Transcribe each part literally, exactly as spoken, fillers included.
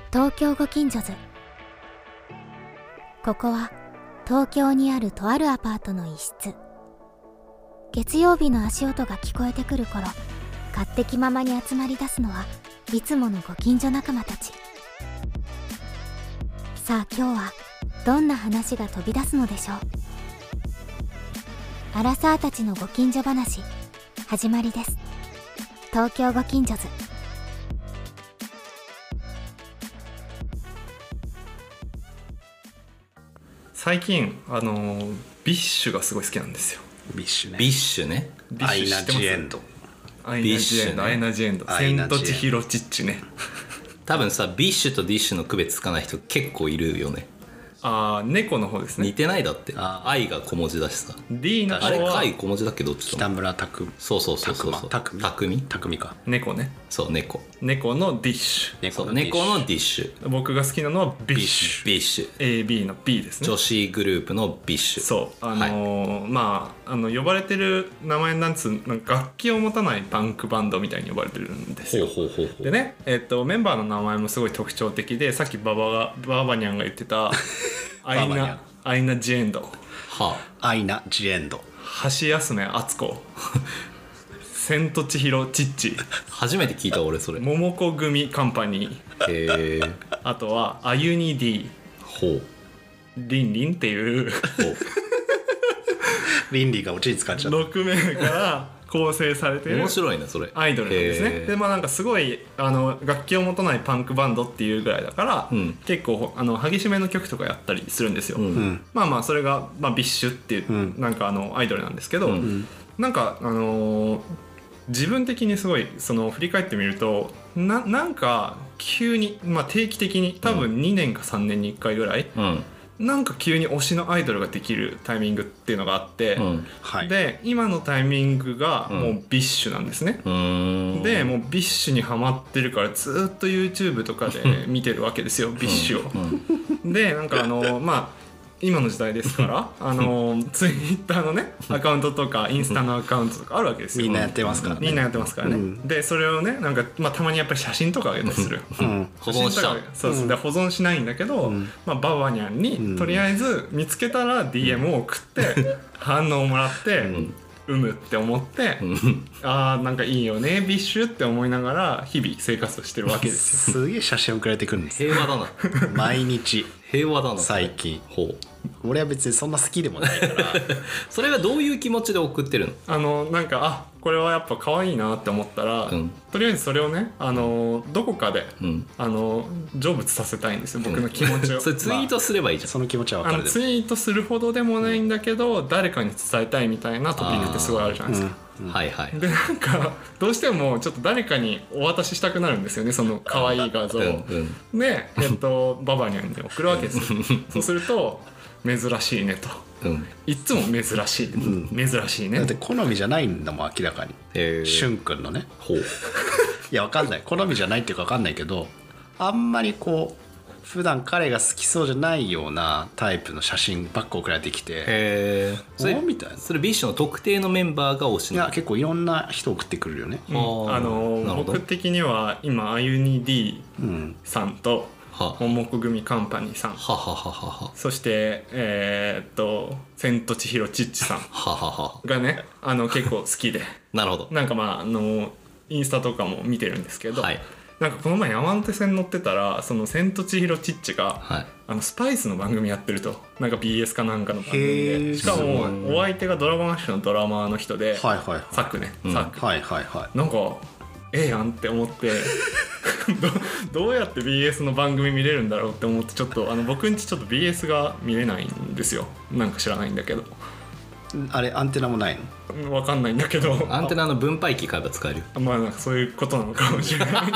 東京ご近所図。ここは東京にあるとあるアパートの一室。月曜日の足音が聞こえてくる頃、勝手気ままに集まり出すのはいつものご近所仲間たち。さあ今日はどんな話が飛び出すのでしょう。アラサーたちのご近所話、始まりです。東京ご近所図。 最近あのー、ビッシュがすごい好きなんですよ。 ビッシュね。 ビッシュね。 ビッアイナ・シュ知ってます？ ジ・エンド。 アイナ・ジ・エンド、アイナ・ジ・エンド、千と千尋チッチね。 多分さ、ビッシュとディッシュの区別つかない人結構いるよね。 ああ、猫の方ですね。 似てないだって。 あ愛が小文字だしさ。 D の方あれは貝小文字だっけどっちと北村匠海。 そうそうそうそうそう。 匠匠匠か。 猫ね。 そう猫。 猫のディッシそう猫のディッシュ猫のディッシュ。 ュ。僕が好きなのはビッシュ。 ビッシュ。 エービー の B ですね。 女子グループのビッシュ。 そうあのーまああの呼ばれてる名前なんつうなんか楽器を持たないパンクバンドみたいに呼ばれてるんですよ。 ほうほうほうほう。 でね、えっとメンバーの名前もすごい特徴的で、さっきババがバーバニャンが言ってたアイナバーバニャンアイナ・ジ・エンド、 はアイナ・ジ・エンド。 橋休め敦子、千と千尋チッチ、 あ、初めて聞いた俺それ。へ桃子組カンパニー、 え。 あとはあゆに D、 ほうリンリンっていうほう。 倫理がオチに使っちゃった。 ろくめいから構成されてる面白いねそれ。 アイドルなんですね。 へーでまあなんかすごいあの楽器を持たないパンクバンドっていうぐらいだから、 うん結構あの激しめの曲とかやったりするんですよ。 うんうんまあまあそれが、まあ、ビッシュっていう、 うんなんかあのアイドルなんですけど、 うんなんかあのー自分的にすごいその振り返ってみるとななんか急に、まあ、定期的に多分にねんかさんねんにいっかいぐらい、 うんなんか急に推しのアイドルができるタイミングっていうのがあって、 うんはい。 で今のタイミングがもうビッシュなんですね。 うーん。 でもうビッシュにハマってるからずっと YouTube とかで見てるわけですよビッシュを。 うんでなんかあのまあ今の時代ですからあのツイッターのねアカウントとかインスタのアカウントとかあるわけですよ。 みんなやってますからね。 みんなやってますからね。 うんでそれをねなんか、まあ、たまにやっぱり写真とか上げたりする。 うん。 保存しちゃう。 そうそう、で保存しないんだけど、 うんまあ、ババニャンに、 うんとりあえず見つけたら ディーエム を送って反応をもらって、 んうむって思って、 うんあーなんかいいよねビッシュって思いながら日々生活をしてるわけですよ。 すげえ写真送られてくるんですよ。 平和だな。 毎日。 平和だな。 最近。 ほう。 俺は別にそんな好きでもないから。 それはどういう気持ちで送ってるの？ あのなんかあこれはやっぱ可愛いなって思ったら、 うんとりあえずそれをねあのどこかで、 うん。 あの成仏させたいんですよ僕の気持ちを。 それツイートすればいいじゃん。 その気持ちはわかるであのツイートするほどでもないんだけど、誰かに伝えたいみたいなトピックってすごいあるじゃないですか。 も。 はいはい。 でなんかどうしてもちょっと誰かにお渡ししたくなるんですよねその可愛い画像を。 うんうんで、えっと、ババニャンに送るわけですよ。そうすると珍しいねと。 うん。 いっつも珍しい、珍しいねだって好みじゃないんだもん明らかに。 へえ。 しゅんくんのね。 ほう。 いやわかんない。好みじゃないっていうかわかんないけど、あんまりこう普段彼が好きそうじゃないようなタイプの写真ばっか送られてきて、 へえ。それおみたいな。 それビッシュの特定のメンバーが推しなの？ いや結構いろんな人送ってくるよね。 うんあーあのなるほど僕的には今あゆに D うん。 さんとはももこ組カンパニーさん、 はははははそしてえーっと千と千尋チッチさんははは。 がねあの結構好きでなるほど。 なんかまああのインスタとかも見てるんですけど、 はいなんかこの前山手線乗ってたらその千と千尋チッチが、 はい。 あのスパイスの番組やってるとなんか ビーエス かなんかの番組へでーしかすごいもお相手がドラゴンアッシュのドラマーの人で、 はいはいはい。 サックね、 うんサックはいはいはい。 なんかええやんって思ってどどうやって ビーエス の番組見れるんだろうって思ってちょっとあの僕んちちょっと ビーエス が見れないんですよ。なんか知らないんだけどあれアンテナもないの？ わかんないんだけどアンテナの分配器買えば使えるよ。 あまあなんかそういうことなのかもしれないんだ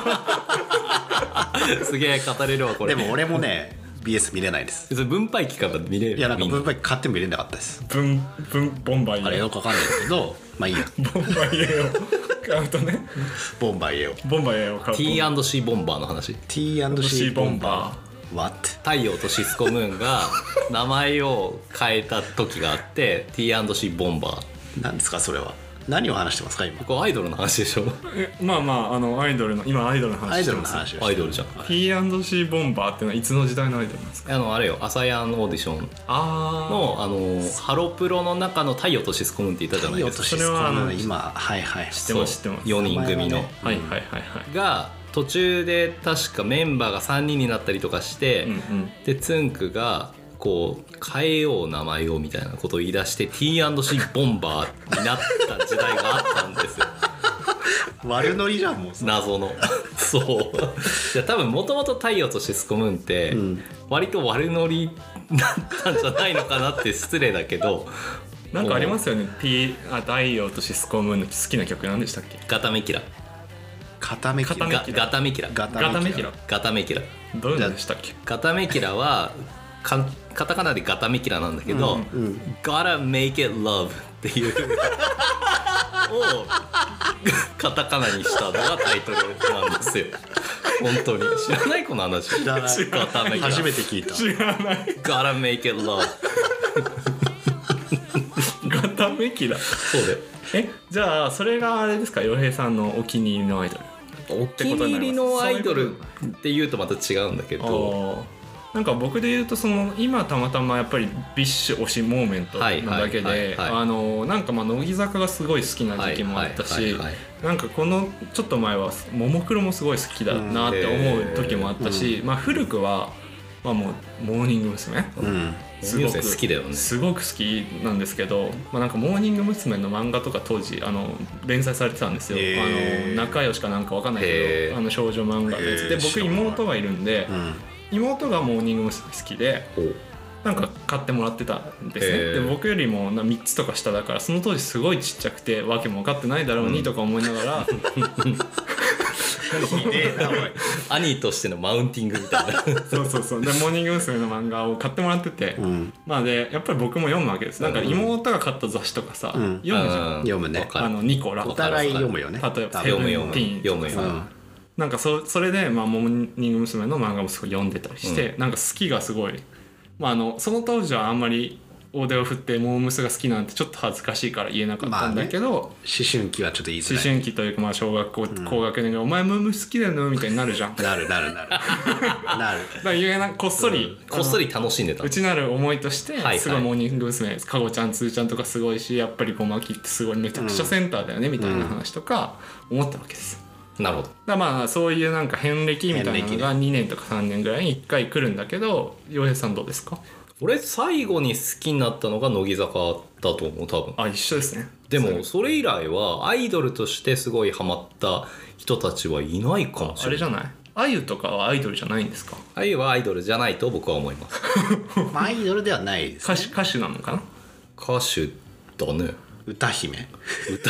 すげえ語れるわこれ。 でも俺もね ビーエス 見れないです。 それ分配器買えば見れる。 いやなんかみ分配買っても見れなかったです。 けどブンブンボンバイエあれよくわかんないけど、まあいいや。 ボンバイエを買うとねボンバイエを。 ボンバイエを買うとティーアンドシー ボンバーの話。 ティーアンドシー ボンバー。What？ 太陽とシスコムーンが名前を変えた時があって ティーアンドシー ボンバー。 なんですかそれは。 何を話してますか今？ ここアイドルの話でしょ。 えまあまああのアイドルの今アイドルのアイドルの話してます。 話をしてアイドルじゃん。 はいティーアンドシー ボンバーっていうのはいつの時代のアイドルなんですか？ あのあれよ、アサヤンオーディションあのあのハロプロの中の太陽とシスコムーンっていたじゃないですか。 それはあの今はいはい知ってます知ってます。 よにん組の、 名前はねあはいはいはいはいが途中で確かメンバーがさんにんになったりとかして、 うんうんでつんくがこう変えよう名前をみたいなことを言い出して ティーアンドシー ボンバーになった時代があったんですよ。 悪ノリじゃんもうそれ。 謎のそういや多分もともと太陽とシスコムーンってうん割と悪ノリだったんじゃないのかなって失礼だけど、 なんかありますよね。T あ太陽とシスコムーンの好きな曲何でしたっけ？ ガタメキラ固めき固めガガタメキラガガタメキラガタメキラどういうのでしたっけ？ ガタメキラはかカタカナでガタメキラなんだけど、 うん Gotta make it love っていうをカタカナにしたのがタイトルなんですよ。本当に知らないこの話。 知らないガタメキラ初めて聞いた。 知らない。 Gotta make it love ガタメキラ。 そうだよ。 えじゃあそれがあれですか？洋平さんのお気に入りのアイドル。 お気に入りのアイドルっていうとまた違うんだけど、 あーなんか僕で言うとその今たまたまやっぱりビッシュ推しモーメントなだけはいはいはいではいあのなんかまあ乃木坂がすごい好きな時期もあったしはいはいはいはいなんかこのちょっと前はももクロもすごい好きだなって思う時もあったし、まあ古くはまあもうモーニング娘。 うんすごくモーニング娘好きだよね。 すごく好きなんですけど、まあ、なんかモーニング娘。の漫画とか当時あの連載されてたんですよ。 へーあの仲良しかなんかわかんないへけどーあの少女漫画のやつで僕へー知らない妹がいるんでうん妹がモーニング娘。好きでほうなんか買ってもらってたんですね。 へーで僕よりもなみっつとか下だからその当時すごいちっちゃくてわけも分かってないだろうにとか思いながら、 ひでえなおい。 兄としてのマウンティングみたいなそうそうそうでモーニング娘。の漫画を買ってもらってて、 うんまあでやっぱり僕も読むわけです。なんか妹が買った雑誌とかさ、 うん読むじゃん。 うん読むねわかるあのニコラお互い読むよね。 例えば多分セブン読むティーン読む読むうんなんか そ, それで、まあ、モーニング娘。の漫画もすごい読んでたりして、 うなんか好きがすごい、まあ、あのその当時はあんまり大手を振ってモームスが好きなんてちょっと恥ずかしいから言えなかったんだけど、 思春期はちょっと言いづ思らい。 春期というかまあ小学校高学年が「お前モームス好きだよね」みたいになるじゃん。だかなるなるなるなる。 ら言えなこっそり、 こっそり楽しんでたうちなる思いとしてはいはいすごいモーニング娘。かごちゃんつーちゃんとかすごいしやっぱりごまきってすごいめちゃくちゃセンターだよねみたいな話とか思ったわけです。 なるほど。 だからまあそういうなんか遍歴みたいなのがにねんとかさんねんぐらいにいっかい来るんだけど洋平さんどうですか？ 俺最後に好きになったのが乃木坂だと思う多分。 あ一緒ですね。 でもそれ以来はアイドルとしてすごいハマった人たちはいないかもしれない。 あれじゃないあゆとかはアイドルじゃないんですか？ あゆはアイドルじゃないと僕は思いますまあアイドルではないですね。 歌手歌手なのかな？ 歌手だね。 歌姫。 歌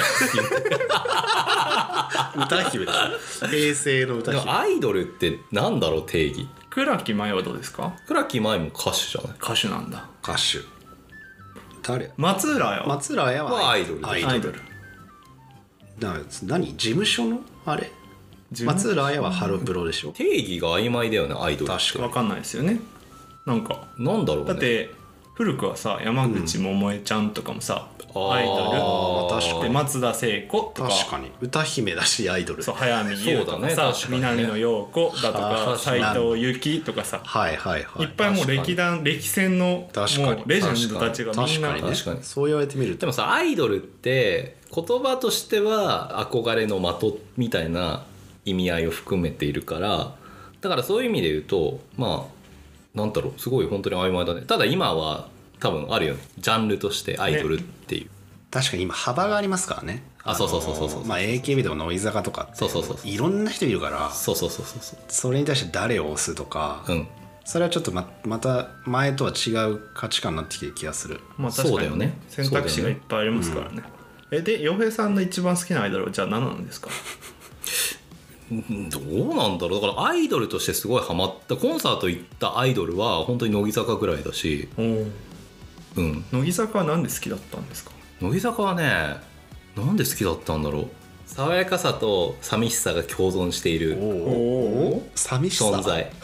歌姫です。平成の歌で姫。 もアイドルってなんだろう定義。 倉木麻衣はどうですか？ 倉木麻衣も歌手じゃない。 歌手なんだ。 歌手。誰？ 松浦は松浦綾ははアイドルアイアイドル。 な何事務所のあれ？ 自分松浦綾はハロプロでしょ。 定義が曖昧だよねアイドルって。 確かわかんないですよね。なんかなんだろうね。 だって古くはさ山口百恵ちゃんとかもさ、 あーアイドあー確かにルで松田聖子とか確かに歌姫だしアイドル。 そう早見優とかさ、 そうだね確かにね南野陽子だとかは斎あ藤由貴とかさ、 はいはいはい。 いっぱいもう歴代歴戦のも確かにうレジェンドたちがみんな確かにね。 確かにそう言われてみると。 でもさアイドルって言葉としては憧れの的みたいな意味合いを含めているからだからそういう意味で言うとまあなんだろうすごい本当に曖昧だね。ただ今は多分あるよねジャンルとしてアイドルっていう、 確かに今幅がありますからね。 あそうそうそうそうそうあのまあ エーケービー とか乃木坂とかってそうそうそうそういろんな人いるからそうそうそうそうそうそれに対して誰を押すとか、 うんそれはちょっと ま, また前とは違う価値観になってきてる気がする。 まあ確かにそうだよね選択肢がいっぱいありますからね。えで洋平さんの一番好きなアイドルはじゃあ何なんですか？ どうなんだろうだからアイドルとしてすごいハマったコンサート行ったアイドルは本当に乃木坂ぐらいだし、 おーうん、 乃木坂はなんで好きだったんですか？ 乃木坂はねなんで好きだったんだろう爽やかさと寂しさが共存しているおおお寂しさ存在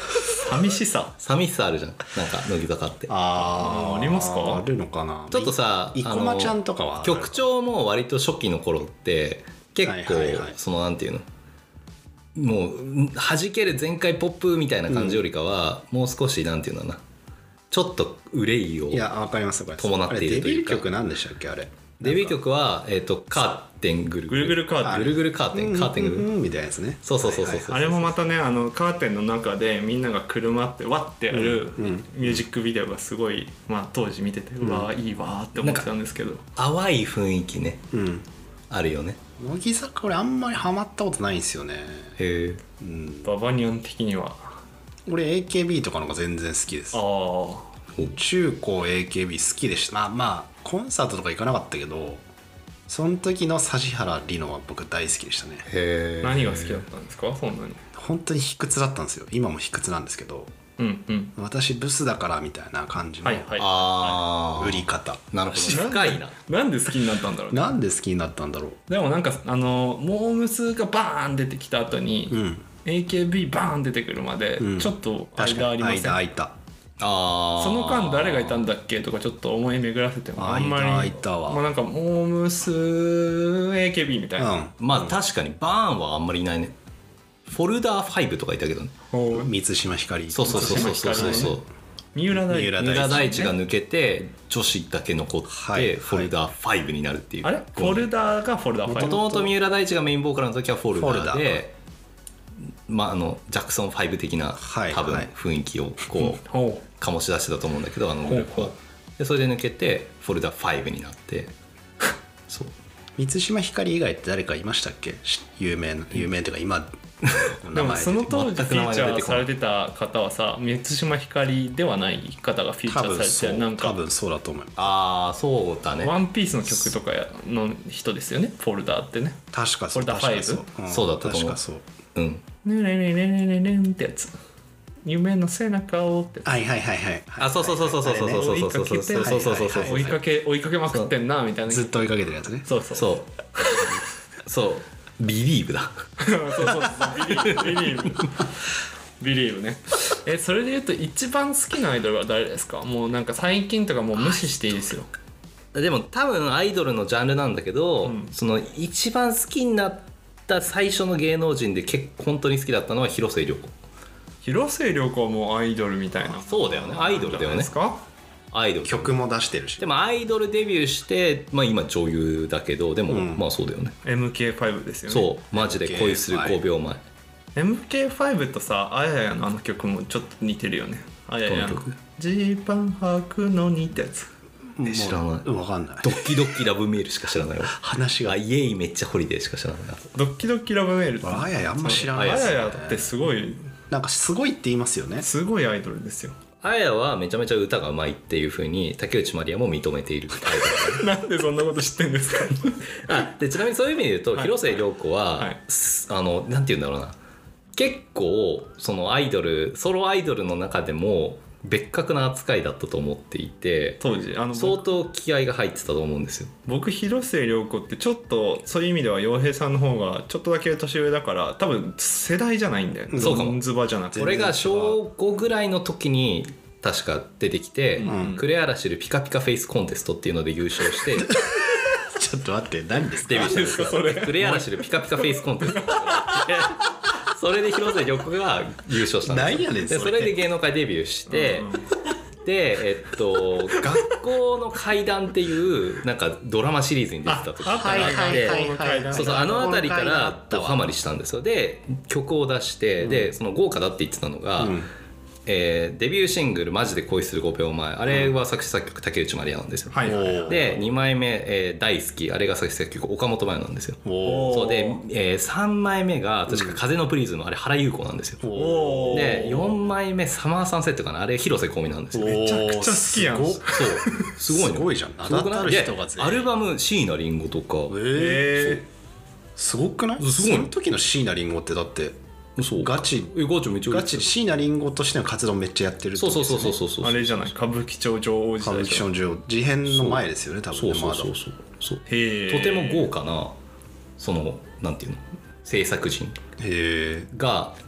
寂しさ寂しさあるじゃんなんか乃木坂って。 あありますか？ あるのかな。 ちょっとさい生駒ちゃんとかは曲調も割と初期の頃って結構、 はいはいはい、 そのなんていうのもう弾ける全開ポップみたいな感じよりかは、うん、もう少しなんていうのかなちょっと憂いをいやわかります伴っているというか。 デビュー曲なんでしたっけあれ。 デビュー曲は、えー、とカーテンぐるぐるぐるカーテンぐるぐるカーテンカーテンぐるぐるみたいなやつね。 そうそうそうそうそう、 あれもまたねあのカーテンの中でみんなが車ってわってやるミュージックビデオがすごい、まあ、当時見てて、うん、うわいいわって思ってたんですけど淡い雰囲気ね、うん、あるよね。 乃木坂俺あんまりハマったことないんですよね。 へえ、 うん、ババニャン的には俺 エーケービー とかの方が全然好きです。 ああ中高 エーケービー 好きでした。まあまあコンサートとか行かなかったけどその時の指原莉乃は僕大好きでしたね。 へえ。何が好きだったんですかそんなに。 本当に卑屈だったんですよ。今も卑屈なんですけど、 うんうん、 私ブスだからみたいな感じの売り方、 はいはい、なるほど深いな。 なんで好きになったんだろう、 ね、なんで好きになったんだろう。 でもなんかあのモームスがバーン出てきた後に、うん、エーケービー バーン出てくるまで、うん、ちょっと間ありません？ 間空いた。 あその間誰がいたんだっけとかちょっと思い巡らせてもあんまり空いたわ。 まあ、なんかモームス エーケービー みたいな、 うん、まあ確かにバーンはあんまりいないね。フォルダーファイブとかいたけどね。 満島ひかり。 そうそうそうそうそうそう。 三浦大知、 三浦大知が抜けて女子だけ残って、はい、フォルダーファイブになるっていう。 あれフォルダーがフォルダーファイブ。 もともと三浦大知がメインボーカルの時はフォルダーで、まああのジャクソンファイブ的な、はい、多分雰囲気をこう、はい、醸し出してたと思うんだけどあのグループは。でそれで抜けてフォルダーファイブになって。そう。 満島ひかり以外って誰かいましたっけ？有名な有名というか今。 でもその当時フィーチャーされてた方はさ満島ひかりではない方がフィーチャーされてなんか多分そうだと思います。 ああそうだね。 ワンピースの曲とかの人ですよねフォルダーってね。 確かそう。 フォルダーファイブそう、うん、そうだったと思う。 確かそう。 うんねねねねねねねんってやつ夢の背中をってはいはいはいはい。 あそうそうそうそうそうそうそうそうそうそうそうそうそう追いかけ追いかけまくってんなみたいな。 ずっと追いかけてるやつね。 そうそうそうそうビリーブだ。 そうそうそうビリーブビリーブビリーブね。えそれで言うと一番好きなアイドルは誰ですか？もうなんか最近とかもう無視していいですよ。 でも多分アイドルのジャンルなんだけど、うん、その一番好きになった最初の芸能人で結構本当に好きだったのは広末涼子。 広末涼子はもうアイドルみたいな。 そうだよねアイドルだよね。 ですか？ アイドル曲も出してるし。 でもアイドルデビューして、まあ、今女優だけどでも、うん、まあそうだよね。 エムケーファイブ ですよね。 そうマジで恋するごびょうまえ。 エムケーファイブ とさあややのあの曲もちょっと似てるよね。あややのジーパン履くのにってやつ。 え知らない。 分かんない。 ドッキドッキラブメールしか知らないわ。 話がイエイめっちゃホリデーしか知らない。 ドッキドッキラブメールってあややあんま知らない。 あややってすごいなんかすごいって言いますよね。 すごいアイドルですよ。 あやはめちゃめちゃ歌がうまいっていう風に竹内まりやも認めているアイドル。 なんでそんなこと知ってんですか？ あでちなみにそういう意味で言うと、はい、広末涼子は、はい、あのなんて言うんだろうな結構そのアイドルソロアイドルの中でも別格な扱いだったと思っていて当時あの相当気合が入ってたと思うんですよ。 僕広末涼子ってちょっとそういう意味では洋平さんの方がちょっとだけ年上だから多分世代じゃないんだよね。 そうかも。 ズバじゃなくて俺が小ごぐらいの時に確か出てきて、うん、クレアラシルピカピカフェイスコンテストっていうので優勝してちょっと待って何ですかデビューしたんですかそれ。クレアラシルピカピカフェイスコンテストそれで広末涼子が優勝したんですよ。 何やねんそれ。 でそれで芸能界デビューして、うん、でえっと学校の怪談っていうなんかドラマシリーズに出てた時があってそうそうあの辺りからドハマりしたんですよ。で曲を出して、うん、でその豪華だって言ってたのが、うんえー、デビューシングルマジで恋するごびょうまえあれは作詞作曲竹内まりやなんですよ、はいはいはい、でにまいめ、えー、大好きあれが作詞作曲岡本真夜なんですよ。そうで、えー、さんまいめが確か風のプリーズのあれ原由子なんですよ。でよんまいめサマーサンセットかなあれ広瀬香美なんですよ。 めちゃくちゃ好きやん。 そうすごいねすごいじゃん。 すごくない？でアルバム椎名林檎とかえー、すごくない？ すごい。 その時の椎名林檎ってだってそうガチえガチめっちゃガチ椎名林檎としての活動めっちゃやってるってそうそうことですよね。 そうそうそうそうあれじゃない歌舞伎町女王時代。 歌舞伎町女王事変の前ですよね多分ね。 そうそうそうそうそうへとても豪華なそのなんていうの制作陣が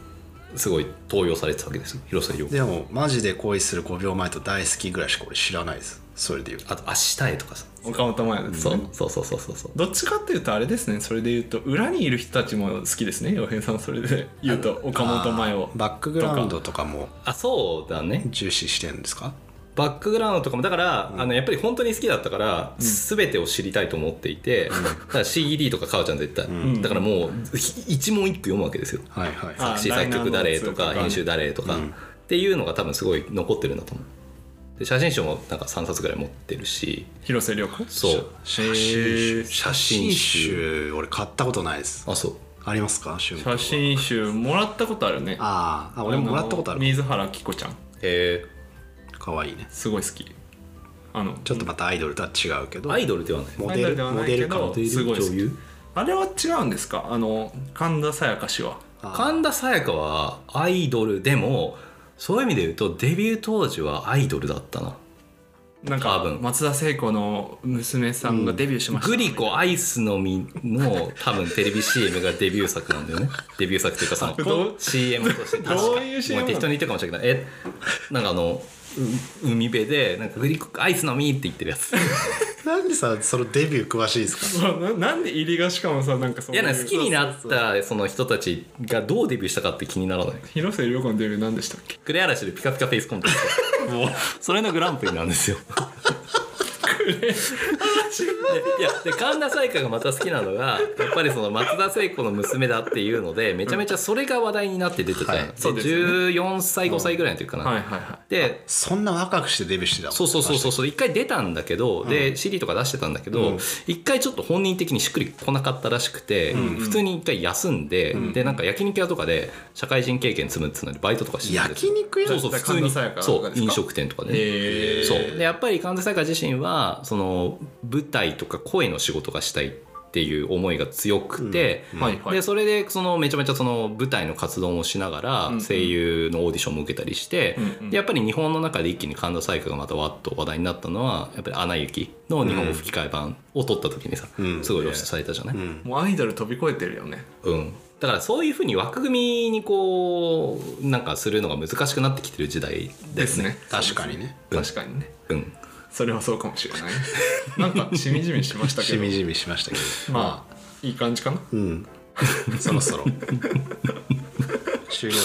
すごい登用されてたわけですよ、広末涼子。 でもマジで恋するごびょうまえと大好きぐらいしか俺知らないです。それで言うとあと明日へとかさ、 岡本真也ですね。 そうそうそうそうそうどっちかっていうとあれですね、それで言うと裏にいる人たちも好きですね、洋平さん。それで言うと岡本真也を。 バックグラウンドとかもあそうだね、 重視してるんですか？ バックグラウンドとかもだから、うん、あのやっぱり本当に好きだったから、うん、全てを知りたいと思っていて、うん、だから シーディー とか買うじゃん絶対、うん、だからもう一問一句読むわけですよ、はいはい、作詞作曲誰とか編集誰とか、うん、っていうのが多分すごい残ってるんだと思う。で写真集もなんかさんさつぐらい持ってるし。 広末涼子。 そう写真写真集俺買ったことないです。 あそうありますか？ 写真集もらったことあるね。 ああ俺ももらったことある。 水原希子ちゃん。へえかわいいね。 すごい好き。あのちょっとまたアイドルとは違うけど。 アイドルではない。 モデルモデルかモデルすごい女優。あれは違うんですか？あの神田沙也加氏は。 神田沙也加はアイドルでもそういう意味で言うとデビュー当時はアイドルだったな。 なんか松田聖子の娘さんがデビューしました、 うん、グリコアイスの実の多分テレビ シーエム がデビュー作なんだよね。デビュー作っていうかその シーエム としてどういう シーエム？ 適当に言ってるかもしれないけど、えなんかあの海辺でなんかグリコアイスの実って言ってるやつ。 なんでさそのデビュー詳しいですか？ な, なんで入りがしかもさなんかそういういや好きになったその人たちがどうデビューしたかって気にならない？広末涼子のデビュー何でしたっけ？ クレアラシでピカピカフェイスコンテスト。もうそれのグランプリなんですよ。いやで神田沙也加がまた好きなのがやっぱりその松田聖子の娘だっていうのでめちゃめちゃそれが話題になって出てた、うんはい、そうですね、じゅうよんさいごさいぐらいの時かな、はいはいはい、でそんな若くしてデビューしてたの？ そうそうそうそうそう一回出たんだけど、うん、で シーディー とか出してたんだけど、うん、一回ちょっと本人的にしっくりこなかったらしくて、うんうん、普通に一回休んで、うん、でなんか焼肉屋とかで社会人経験積むっていうのでバイトとかしてるんですよ。 焼肉屋？ そうそう普通にそう飲食店とかで、ね、そうでやっぱり神田沙也加自身はその舞台とか声の仕事がしたいっていう思いが強くて、うんはいはい、でそれでそのめちゃめちゃその舞台の活動もしながら声優のオーディションも受けたりして、うんうん、でやっぱり日本の中で一気に神田沙也加がまたわっと話題になったのはやっぱり「アナ雪」の日本語吹き替え版を撮った時にさ、うん、すごい露出されたじゃない、うん、 もうアイドル飛び越えてるよね。 うんだからそういうふうに枠組みにこうなんかするのが難しくなってきてる時代ですね。 確かにね、 うん、確かにね、 うんそれはそうかもしれない。なんかしみじみしましたけど。 しみじみしましたけど。 まあいい感じかな。 うん。そろそろ終了です。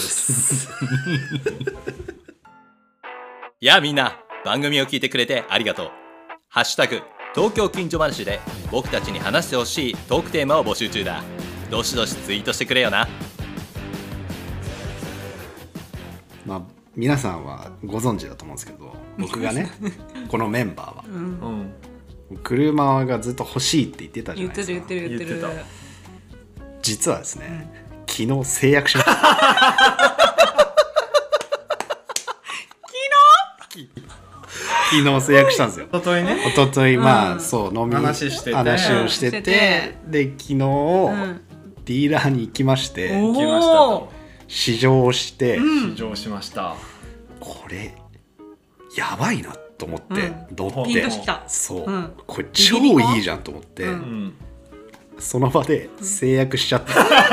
やあみんな番組を聞いてくれてありがとう。ハッシュタグ東京近所話で僕たちに話してほしいトークテーマを募集中だ。どしどしツイートしてくれよな。 まあ皆さんはご存知だと思うんですけど僕がねこのメンバーは、うん、車がずっと欲しいって言ってたじゃないですか。 言ってる言ってる言ってる。 実はですね、うん、昨日制約しました。昨日昨日制約したんですよ。 一昨日ね。 一昨日まあ、うん、そう飲み話してて話をしてて、で昨日、うん、ディーラーに行きまして行きましたと。 試乗をして、 うん、試乗しました。 これやばいなと思って、 うん、 乗ってピンときた。 そう、うん、これ超いいじゃんと思って、うん、その場で制約しちゃった、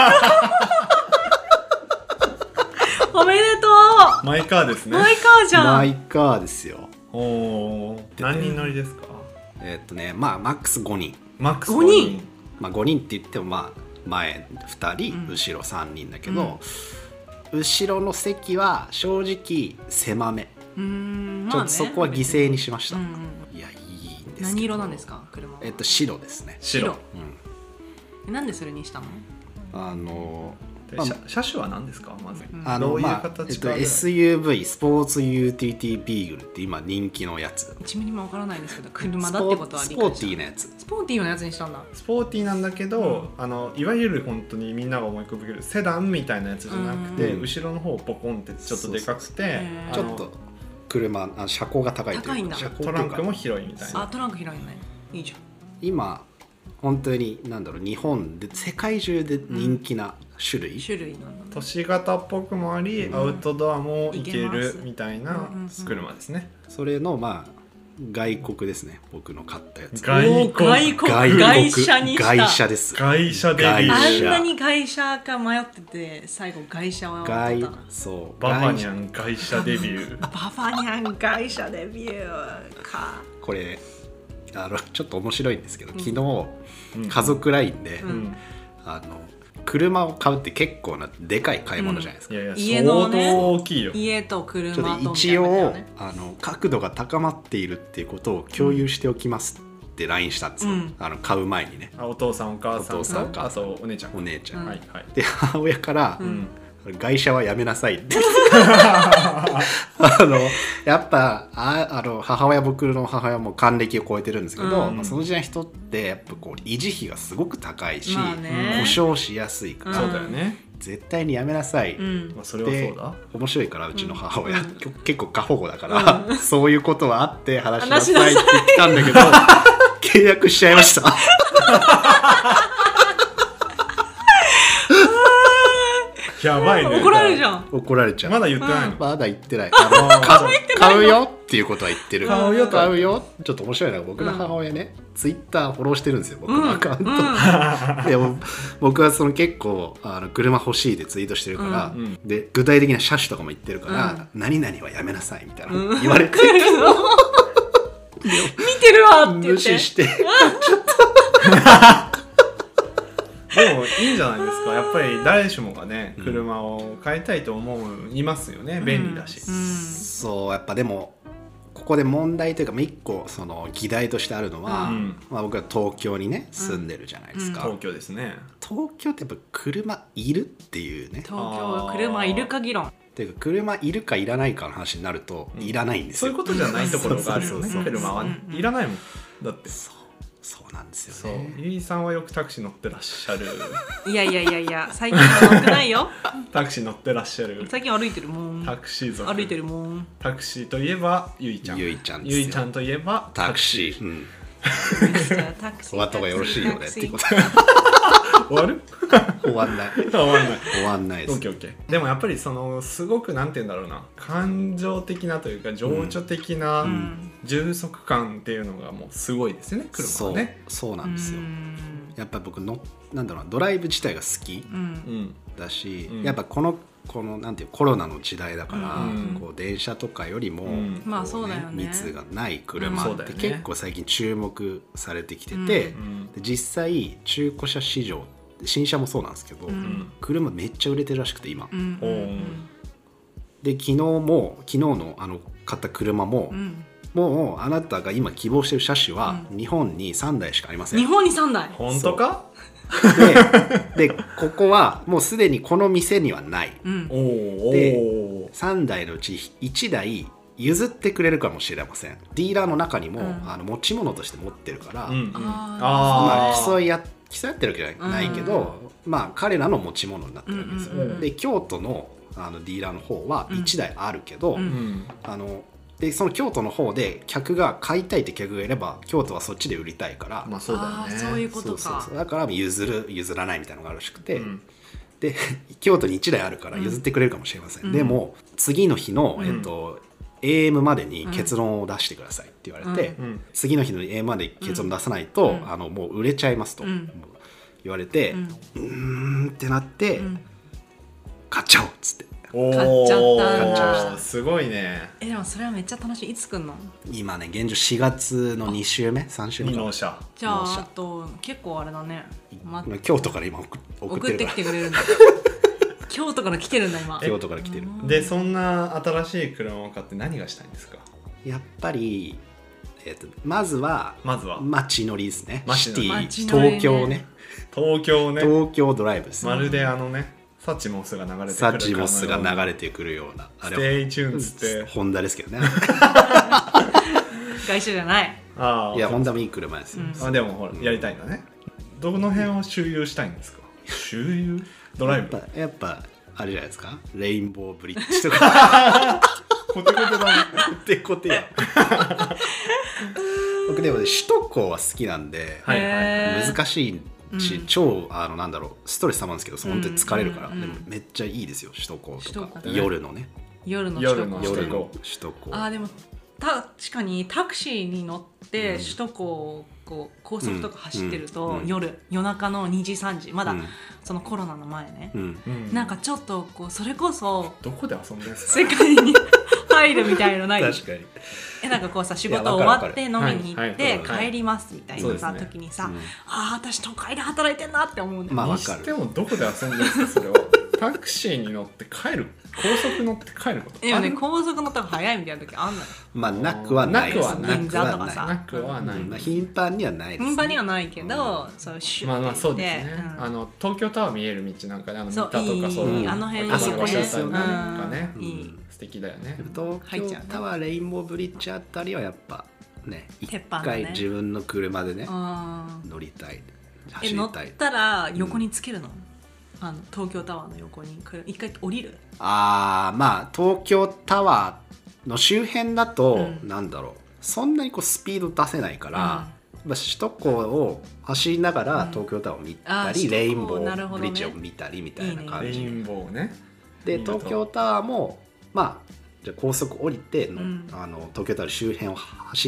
うん、おめでとう。 マイカーですね。 マイカーじゃん。 マイカーですよ。 お何人乗りですか？ えー、っとねまあマックスごにん。 マックスごにん。 まあごにんって言ってもまあ前ふたり、うん、後ろさんにんだけど、うん、後ろの席は正直狭め。うーん、ちょっとそこは犠牲にしました、うんうん、いやいいんですけど。 何色なんですか車は？ えっと白ですね。 白、 うん、なんでそれにしたの？ あのまあ、車種は何ですかまず、 うん、あのどういう形か、まあえっと、エスユーブイ スポーツユーティリティビーグルって今人気のやつ。 いちミリもわからないんですけど車だってことは理解した。 スポーティーなやつ。 スポーティーなやつにしたんだ。 スポーティーなんだけど、うん、あのいわゆる本当にみんなが思い浮かべるセダンみたいなやつじゃなくて、うん、後ろの方ポコンってちょっとでかくてちょっと車あ車高が高いというかトランクも広いみたいな。 あトランク広いね。いいじゃん。 今本当に何だろう日本で世界中で人気な種類、うん、 種類なんだ、ね、 都市型っぽくもあり、うん、アウトドアもいけるみたいな車ですね、 うんうんうん、それのまあ外国ですね、僕の買ったやつ。 外国お外国外国外車にした外車です。 外車デビュー。 外あん車なに外車か迷ってて最後外車は終わ外ったな。 そうバファニ外ャン外車デビュー。 バファニャン外車デビューか。 これあのちょっと面白いんですけど、昨日、 うん、 家族 ライン で、 うんうんあの車を買うって結構なでかい買い物じゃないですか、 いやいや家のね相当大きいよ。 家と車ちょとっと一みたいな感じだよ応、 ねあの角度が高まっているっていうことを共有しておきますって ライン したんですよ、 うんあの買う前にね、 あお父さんお母さんお父さんお母さんあとお姉ちゃん。 お姉ちゃん、 うんはいはい。 で母親から、 うん外車はやめなさいってあのやっぱああの母親僕の母親も還暦を超えてるんですけど、 うんまあ、その時代の人ってやっぱこう維持費がすごく高いし、 まあね故障しやすいから、 そうだよね。 絶対にやめなさい、 うんまあそれはそうだ。 面白いからうちの母親、 うん結構過保護だから、そういうことはあって話しなさいって話しなさい言ったんだけど契約しちゃいましたやばいね。 怒られるじゃん。 怒られちゃうまだ言ってないの。 まだ言ってない。あのか買うよっていうことは言ってる。 買うよと買うよ。ちょっと面白いのが僕の母親ね、ツイッターフォローしてるんですよ、僕のアカウント。でも僕はその結構あの車欲しいでツイートしてるから、 うんうんで具体的な車種とかも言ってるから、何々はやめなさいみたいな言われて、 見てるわって言無って視して。 でもいいんじゃないですか。やっぱり誰しもがね車を買いたいと思いますよね。便利だし。 そうやっぱでもここで問題というか一個その議題としてあるのは、 うんまあ、僕は東京にね住んでるじゃないですか、 東京ですね。 東京ってやっぱ車いるっていうね、 東京車いるか議論。 っていうか車いるかいらないかの話になるといらないんですよ、 そういうことじゃないところがあるよねそうそうそう。 車はねいらないもん。だって。 そうそうなんですそうよね。 ゆいさんはよくタクシー乗ってらっしゃる。 いやいやいやいや最近は乗ってないよ。 タクシー乗ってらっしゃる。 最近歩いてるもん。 タクシー族。 歩いてるもん。 タクシーといえばゆいちゃん。 ゆいちゃんですよゆいちゃんといえばタクシー、うん、 じゃあタクシー。 お後がよろしいよねってこと終わる？ 終わんない終わんない。 終わんないですオッケーオッケー。でもやっぱりそのすごくなんて言うんだろうな、感情的なというか情緒的な充足感っていうのがもうすごいですよね、車はね。 そうそうなんですよ。 うんやっぱり僕のなんだろうな、ドライブ自体が好きうんうんだし、 うんやっぱこのこのなんていうコロナの時代だから、 うんこう電車とかよりも、 うんこまあそうだよね密がない車ってうんそうだよね結構最近注目されてきてて、 うんでうん実際中古車市場新車もそうなんですけど、 うん車めっちゃ売れてるらしくて今、 うんおーで昨日も昨日のあの買った車も、 うんもうあなたが今希望してる車種は日本にさんだいしかありません、 日本にさんだい。 本当か？ ででここはもうすでにこの店にはないうんおーでおーさんだいのうちいちだい譲ってくれるかもしれません。ディーラーの中にも、 うんあの持ち物として持ってるから、 うんうんあまあ、 ー競いや競い合ってるわけじゃないけど、まあ彼らの持ち物になってるわけですよ、 うんうんうんで京都のあのディーラーの方はいちだいあるけど、 うんうんあのでその京都の方で客が買いたいって客がいれば京都はそっちで売りたいから、 まあそうだよあーね。 そういうことそうそうかそうだから譲る譲らないみたいなのがあるらしくて、 うんで京都にいちだいあるから譲ってくれるかもしれません、 うんでも次の日の、 うんえっと、エーエム までに結論を出してくださいって言われて、 うん次の日の エーエム まで結論出さないと、 うんあのもう売れちゃいますと、 うん言われて、 ううんーんってなって、 うん買っちゃおうっつっておー買っちゃった買っちゃいましたすごいね。 えでもそれはめっちゃ楽しい。いつ来んの？ 今ね現状しがつのに週目さん週目かな二納車。 じゃあ納車あと結構あれだね。ま京都から今送送送ってってるからきてくれるんだ。京都から来てるんだ今。 京都から来てるでそんな新しい車を買って何がしたいんですか？ やっぱり、えーとまずはまずは街乗りですね。 街乗りシティ、 街乗りね東京ね。 東京ね。 東京ドライブですね。 まるであのねサチモスが流れてくるサチモスがれ流れてくるような。あステイチューンズってホンダですけどね。 外車じゃない。 ああいや、ホンダもいい車ですよ。 うんあでもほらやりたいんだね。どの辺を周遊したいんですか？周遊ドライブやっぱ、やっぱあれじゃないですか。レインボーブリッジとか。 コテコテだね。 コテコテや。僕でもね、首都高は好きなんで、 はいはいへー難しいし、 うん超あのなんだろうストレスたまるんですけど、本当に疲れるから、 うんでもめっちゃいいですよ首都高とか、 首都高ね夜のね夜の夜の首都高夜の首都高首都高あーでも確かにタクシーに乗って首都高をこう高速とか走ってると、 うんうん、 夜夜中のにじさんじまだ、 うん、 そのコロナの前ね、 うんうん、 なんかちょっとこうそれこそどこで遊んでるんですか世界に入るみたいのない確かにえなんかこうさ仕事終わって飲みに行って帰りますみたいなさ、 はいはい、 時にさ、 うん、 ああ私都会で働いてんなって思うんだよ、 まあ、 にしてもどこで遊んでるんですかそれはタクシーに乗って帰る高速乗って帰ることでもね高速乗ったら早いみたいな時あんのよ。 まあなくはないなくはない銀座とかさなくはない、 うんまあ、頻繁にはないです、ね、 頻繁にはないけど、うん、そうシュッてまあまあそうですね、 うん、 あの東京タワー見える道なんかねあの三そう田とかそういうあの辺あそこですよねなんかね、 うん、いい素敵だよね。 東京タワー、レインボーブリッジあたりはやっぱね一回自分の車でね乗りたい走りたい。 え乗ったら横につけるの、うん、あの東京タワーの横に一回降りる。 あーまあ東京タワーの周辺だと、うん、なんだろうそんなにこうスピード出せないから、うん、首都高を走りながら東京タワーを見たり、うん、レインボーブリッジを見たりみたいな感じ、 レインボーね。 で東京タワーもまあじゃあ高速降りての、うん、あの東京タワー周辺を走って、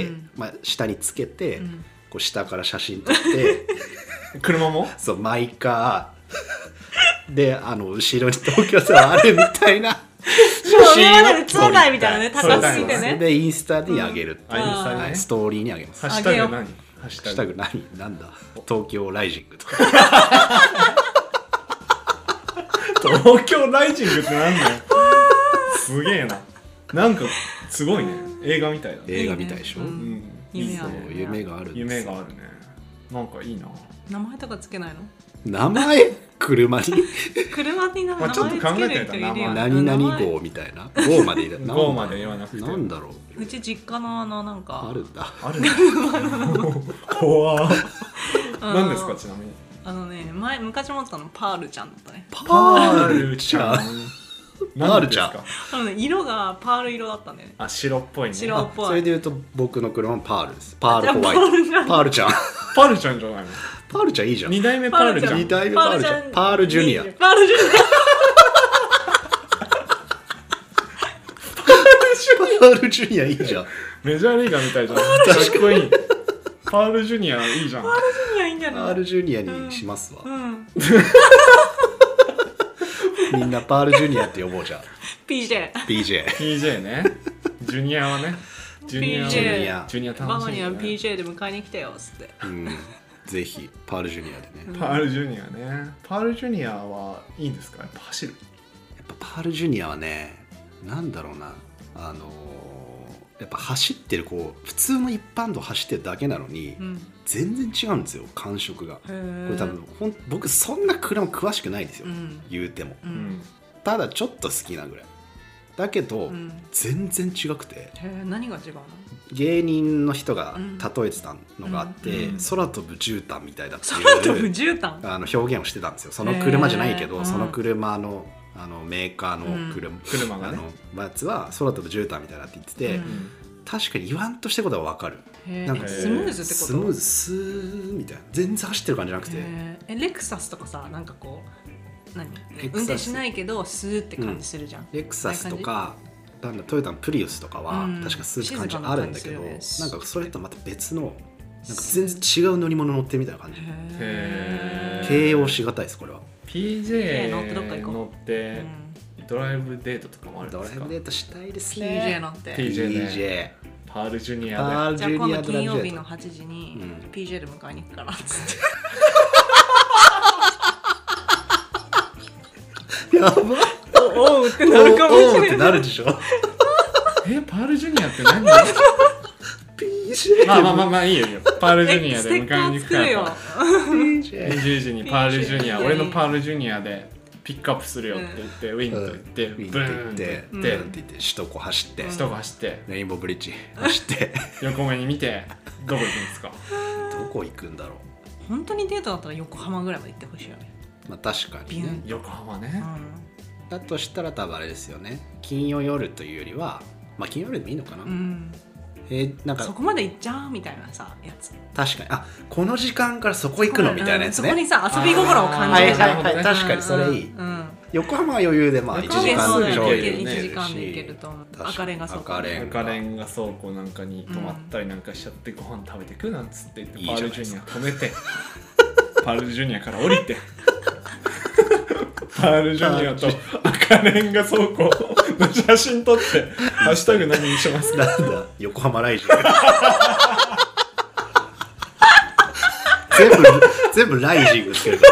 うんまあ、下につけて、うん、こう下から写真撮って車もそうマイカーであの後ろに東京タワーあるみたいな写真を映らないみたいなね高すぎてねでインスタに上げるっていう、 うんはい、ストーリーに上げます。 ハッシュタグ何？ハッシュタグ何？なんだ東京ライジングとか東京ライジングってなんだよすげえな。なんかすごいね。映画みたいだね。 映画みたいでしょ。 いいね、うん、夢ある。 夢があるんですよ。 夢があるね。なんかいいな。 名前とかつけないの？ 名前車に車に名前つける人いるよね。 何々号みたいな。号までいる。 号まで言わなくて。 なんだろう。うち実家のあのなんかあるんだ。 あるんだ。怖。何ですかちなみに。 あのね前昔持ってたのパールちゃんだったね。 パールちゃん。パールちゃん。 あのね色がパール色だったんだよね。 あ白っぽいね。 白っぽい。 それでいうと僕の車もパールです。パールホワイト。パールちゃん。 パールちゃんじゃないの。 パールちゃんいいじゃん。 二代目パールちゃん。 二代目パールちゃん。パールジュニア。 パールジュニア。パールジュニアいいじゃん。 メジャーリーガーみたいじゃん。かっこいい。パールジュニアいいじゃん。 パールジュニアいいんじゃない？ パールジュニアにしますわ。 うん。 みんなパールジュニアって呼ぼうじゃん。 ピージェー。 ピージェー。 ピージェー ね。ジュニアはね。ジュニアはジュニア。 ジュニア楽しい、ね。 ママには ピージェー で迎えに来てよっつって。 うん。ぜひパールジュニアでね。 パールジュニアね。パールジュニアはいいんですか？やっぱ走る。 やっぱパールジュニアはね、なんだろうな、あのー、やっぱ走ってるこう普通の一般道走ってるだけなのに、うん、全然違うんですよ感触が。これ多分ほん僕そんな車詳しくないんですよ、うん、言うても、うん、ただちょっと好きなぐらいだけど、うん、全然違くて。 へー、何が違うの？ 芸人の人が例えてたのがあって、うん、空飛ぶ絨毯みたいだっていう空飛ぶ絨毯あの表現をしてたんですよ。その車じゃないけど、その車のあのメーカーの 車,、うん、 車がねあのやつは空飛ぶ絨毯みたいだって言ってて、うん、確かに言わんとしてることは分かる。 なんかスムーズってこと？ スムーズスーみたいな全然走ってる感じじゃなくて、 えレクサスとかさなんかこう何運転しないけどスーって感じするじゃん、うん、 レクサスとかなんだトヨタのプリウスとかは確かスーって感じあるんだけど、うん、なんかそれとまた別のなんか全然違う乗り物乗ってるみたいな感じ。へー、形容しがたいですこれは。 ピージェー 乗ってどっか行こう。乗って、うん、ドライブデートとかもあるんですか？ ドライブデートしたいですね。 ピージェー 乗ってピージェー ね、 ピージェーパールジュニアで。 じゃあ今度金曜日のはちじに ピージェー で迎えに行くからっつってやばおうってなるかもしれない。 おうってなるでしょえパールジュニアって何？ ピージェーまあまあまあまあいいよいいよ。パールジュニアで迎えに行くから。 よにじゅうじにパールジュニア、俺のパールジュニアでピックアップするよって言って、うん、ウィンと言って、うん、ブーンって言って、うん、って言って首都高走って、首都高走って、 レインボーブリッジ走って横目に見てどこ行くんですか？ どこ行くんだろう。 本当にデートだったら横浜ぐらいまで行ってほしいよね。 まあ確かにね。 横浜ね、 うん。だとしたら多分あれですよね。金曜夜というよりは、まあ金曜夜でもいいのかな。うん、えー、なんかそこまで行っちゃうみたいなさやつ。 確かにあこの時間からそこ行くのみたいなやつね。 そこにさ遊び心を感じるじゃん。 はいはいはい、確かにそれいい。 うんうん、 横浜は余裕でまあいちじかん横浜はちょいでいちじ行けるしかんで行けると思う。 確かに赤レンガ倉庫赤レン赤レンガ倉庫なんかに泊まったりなんかしちゃってご飯食べてくなんつって言って、 いいパールじゃないですかジュニア止めてパールジュニアから降りてパールジュニアと赤レンガ倉庫の写真撮ってハッシュタグ何にしますか？ なんだ横浜ライジング全部全部ライジングつける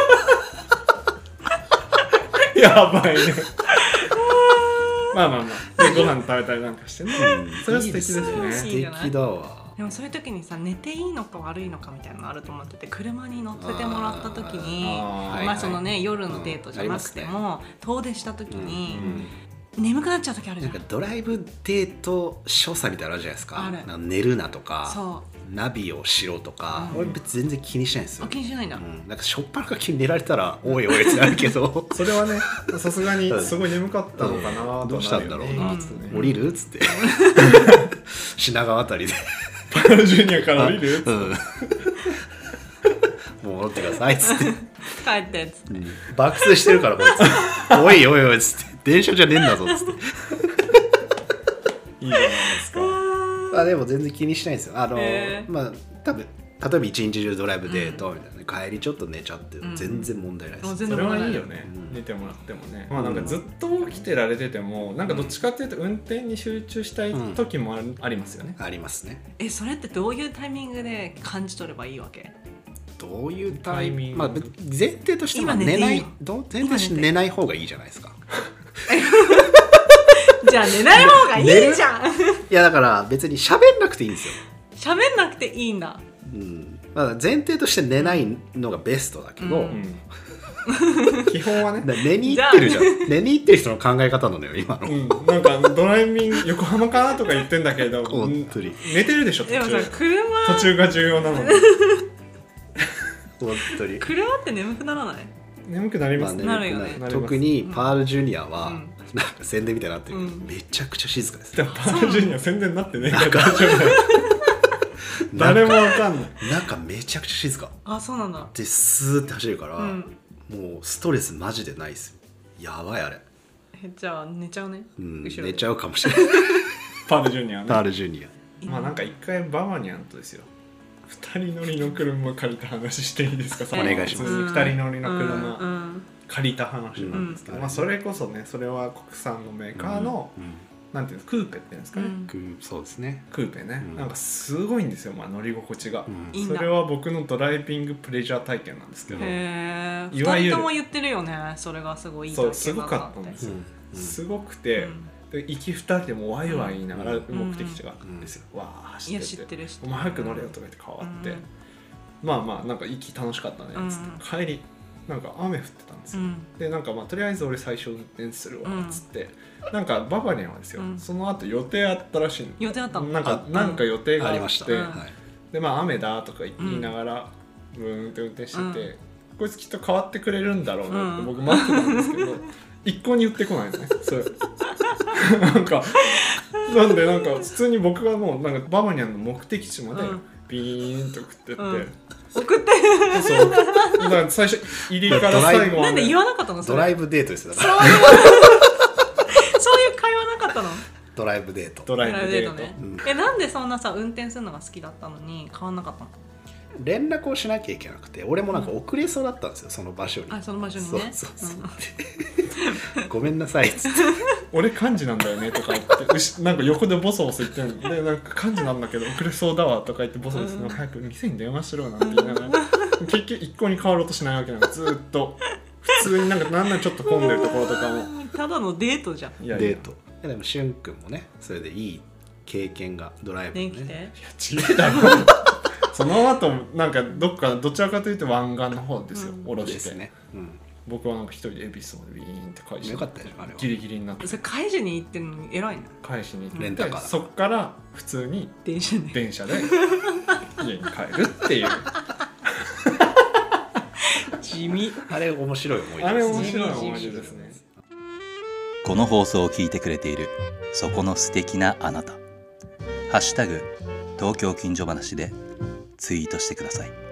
からやばいねまあまあまあでご飯食べたりなんかしてね、それは素敵ですね。 素いいじゃない敵だわ。 でもそういう時にさ、寝ていいのか悪いのかみたいなのあると思ってて、車に乗せてもらった時にあーまあそのね、夜のデートじゃなくても、遠出した時に、 うん、 眠くなっちゃう時あるじゃん。 なんかドライブデート所作みたいなのあるじゃないですか。 あるなんか寝るなとかそナビをしろとか、 うん俺別に全然気にしないんですよあ、気にしないんだ、 うん、なんかしょっぱなから急に寝られたらおいおいってなるけどそれはねさすがにすごい眠かったのかなとはなるよね。 どうしたんだろうなっつってね、 うん降りるっつって品川あたりでパールジュニアから降りる？ うんもう戻ってくださいっつって帰ってっつって、 爆睡してるからこいつおいおいおいっつって電車じゃねえんだぞっつっていいじゃないですか。 あでも全然気にしないんですよ。あの、 へーまあ多分例えば一日中ドライブデートみたいな、帰りちょっと寝ちゃってうん全然問題ないです、 もう全それ然問題ないはいいよね、 うん寝てもらってもね、まあなんかずっと起きてられててもなんかどっちかっていうと運転に集中したい時もある、ありますよね。 ありますね。 え、それってどういうタイミングで感じ取ればいいわけ？ どういうタイミング、 タイミングまあ、前提としては今寝ていい寝ないどう前提として寝ない方がいいじゃないですか。 じゃあ寝ない方がいいじゃんいやだから別に喋んなくていいんですよ。 喋んなくていいんだ。 うんまあ、前提として寝ないのがベストだけど、 ううん、基本はね、 だから寝に行ってるじゃん寝に行ってる人の考え方なのよ今の、 うん、なんかドライビング横浜かなとか言ってんだけど本当に寝てるでしょ途でもさ、 中車途中が重要なのに本当に車って眠くならない？ 眠くなりますね、 なるよねまあ眠くない特にパールジュニアは、 うんなんか宣伝みたいになってるけど、 うんめちゃくちゃ静かですでもパールジュニア宣伝になってねえからなんか大丈夫だよ誰もわかんない。 なんかめちゃくちゃ静かあ、そうなんだ。 でスーって走るから、 うん。 もうストレスマジでないですよ。やばいあれ、 え、じゃあ寝ちゃうね。 うん、 後ろで寝ちゃうかもしれないパールジュニアねパールジュニアまあなんか一回ババニャンとですよ二人乗りの車借りた話していいですか？そのお願いします普通に二人乗りのうん車うん借りた話なんですけど、 うんまあそれこそねそれは国産のメーカーの、 うんなんていうんですかクーペっていうんですかね、 うんくそうですね、 クーペね、 うんなんかすごいんですよ、まあ、乗り心地が、 うんいいんだそれは僕のドライビングプレジャー体験なんですけど、 へえ。 いわゆる二人とも言ってるよね。それがすごいいいそう体験だすごかったんですよ、 うんすごくて、 うんで行き二人でもワイワイ言いながらうん目的地があるんですよ、わーい走っててや知ってる知ってる。 お前早く乗れよとか言って変わって、 うんまあまあなんか息楽しかったねっつって、帰りなんか雨降ってたんですよ、 うんでなんかまあとりあえず俺最初運転するわうんっつって、なんかババニャンはですよ、 うんその後予定あったらしいの予定あったの？ なんかあなんか予定があってありました、 うんはい、 でまあ雨だとか言いながらブーンって運転してて、 うんこいつきっと変わってくれるんだろうなってうん僕待ってたんですけど、一向に言ってこないんですねそれなんかなんでなんか普通に僕がもうなんかババニャンの目的地までうんビーンと送ってって、 うん送ってそうだから最初入りから最後までなんで言わなかったの？それドライブデートですよだからそういう会話なかったの？ ドライブデートドライブデートねうんえ、なんでそんなさ運転するのが好きだったのに変わんなかったの？ 連絡をしなきゃいけなくて俺もなんか遅れそうだったんですよその場所に、 あ、その場所にね。 そうそうそううんごめんなさいっつって俺幹事なんだよねとか言ってうしなんか横でボソボソ言ってるんでなんか幹事なんだけど遅れそうだわとか言ってボソボソ、 うん早く店に電話しろなんて言いながら結局一向に変わろうとしないわけなんでずーっと普通になんかなんならちょっと混んでるところとかもただのデートじゃん。 いやいやデートいやでもしゅんくんもねそれでいい経験がドライブの電気ねで。 違うだろその後なんかどっかどちらかというと湾岸の方ですよ、 うん降ろして、 ですね、うん、 僕はなんか一人で恵比寿までビーンって返してよかったよあれはギリギリになってそれ返しに行ってんのに偉いね。 返しに行レンタカーだってそっから普通に電車で。 電車で家に帰るっていう地味。 あれ面白い思い出あれです面白い思い出ですね。 この放送を聞いてくれているそこの素敵なあなた、ハッシュタグ東京近所話でツイートしてください。